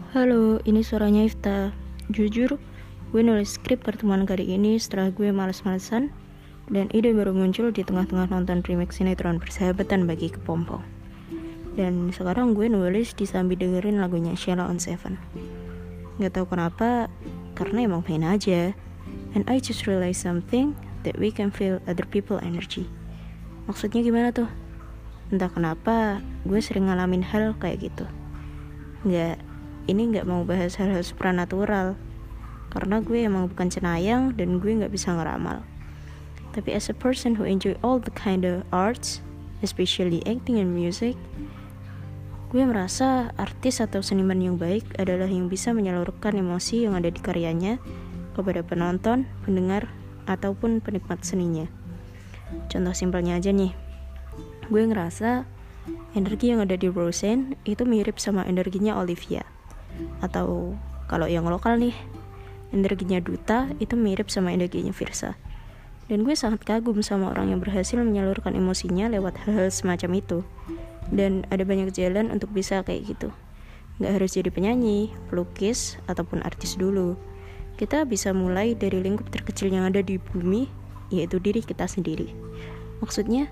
Halo, ini suaranya Ifta. Jujur, gue nulis skrip pertemuan kali ini setelah gue males-malesan dan ide baru muncul di tengah-tengah nonton remake sinetron Persahabatan Bagi Kepompong. Dan sekarang gue nulis disambil dengerin lagunya Sheila on Seven. Gak tahu kenapa, karena emang pengen aja. And I just realized something that we can feel other people energy. Maksudnya gimana tuh? Entah kenapa, gue sering ngalamin hal kayak gitu. Ini nggak mau bahas hal-hal supranatural karena gue emang bukan cenayang dan gue nggak bisa ngeramal. Tapi as a person who enjoy all the kind of arts, especially acting and music, gue merasa artis atau seniman yang baik adalah yang bisa menyalurkan emosi yang ada di karyanya kepada penonton, pendengar, ataupun penikmat seninya. Contoh simpelnya aja nih, gue ngerasa energi yang ada di Roseanne itu mirip sama energinya Olivia. Atau kalau yang lokal nih, energinya Duta itu mirip sama energinya Virsa. Dan gue sangat kagum sama orang yang berhasil menyalurkan emosinya lewat hal-hal semacam itu. Dan ada banyak jalan untuk bisa kayak gitu. Gak harus jadi penyanyi, pelukis, ataupun artis dulu. Kita bisa mulai dari lingkup terkecil yang ada di bumi, yaitu diri kita sendiri. Maksudnya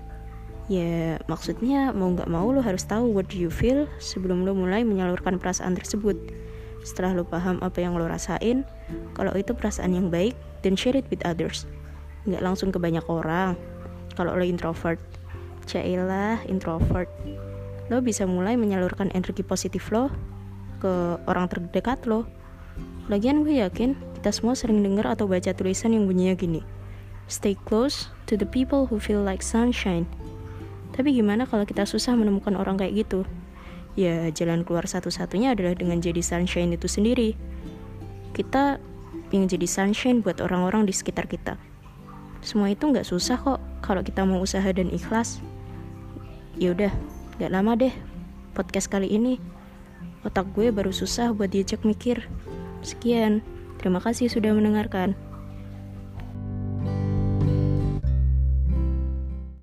mau gak mau lo harus tahu what do you feel sebelum lo mulai menyalurkan perasaan tersebut. Setelah lo paham apa yang lo rasain, kalau itu perasaan yang baik, then share it with others. Gak langsung ke banyak orang. Kalau lo introvert, cailah introvert, lo bisa mulai menyalurkan energi positif lo ke orang terdekat lo. Lagian gue yakin kita semua sering dengar atau baca tulisan yang bunyinya gini, stay close to the people who feel like sunshine. Tapi gimana kalau kita susah menemukan orang kayak gitu? Ya, jalan keluar satu-satunya adalah dengan jadi sunshine itu sendiri. Kita yang jadi sunshine buat orang-orang di sekitar kita. Semua itu gak susah kok kalau kita mau usaha dan ikhlas. Yaudah, gak lama deh podcast kali ini. Otak gue baru susah buat diajak mikir. Sekian, terima kasih sudah mendengarkan.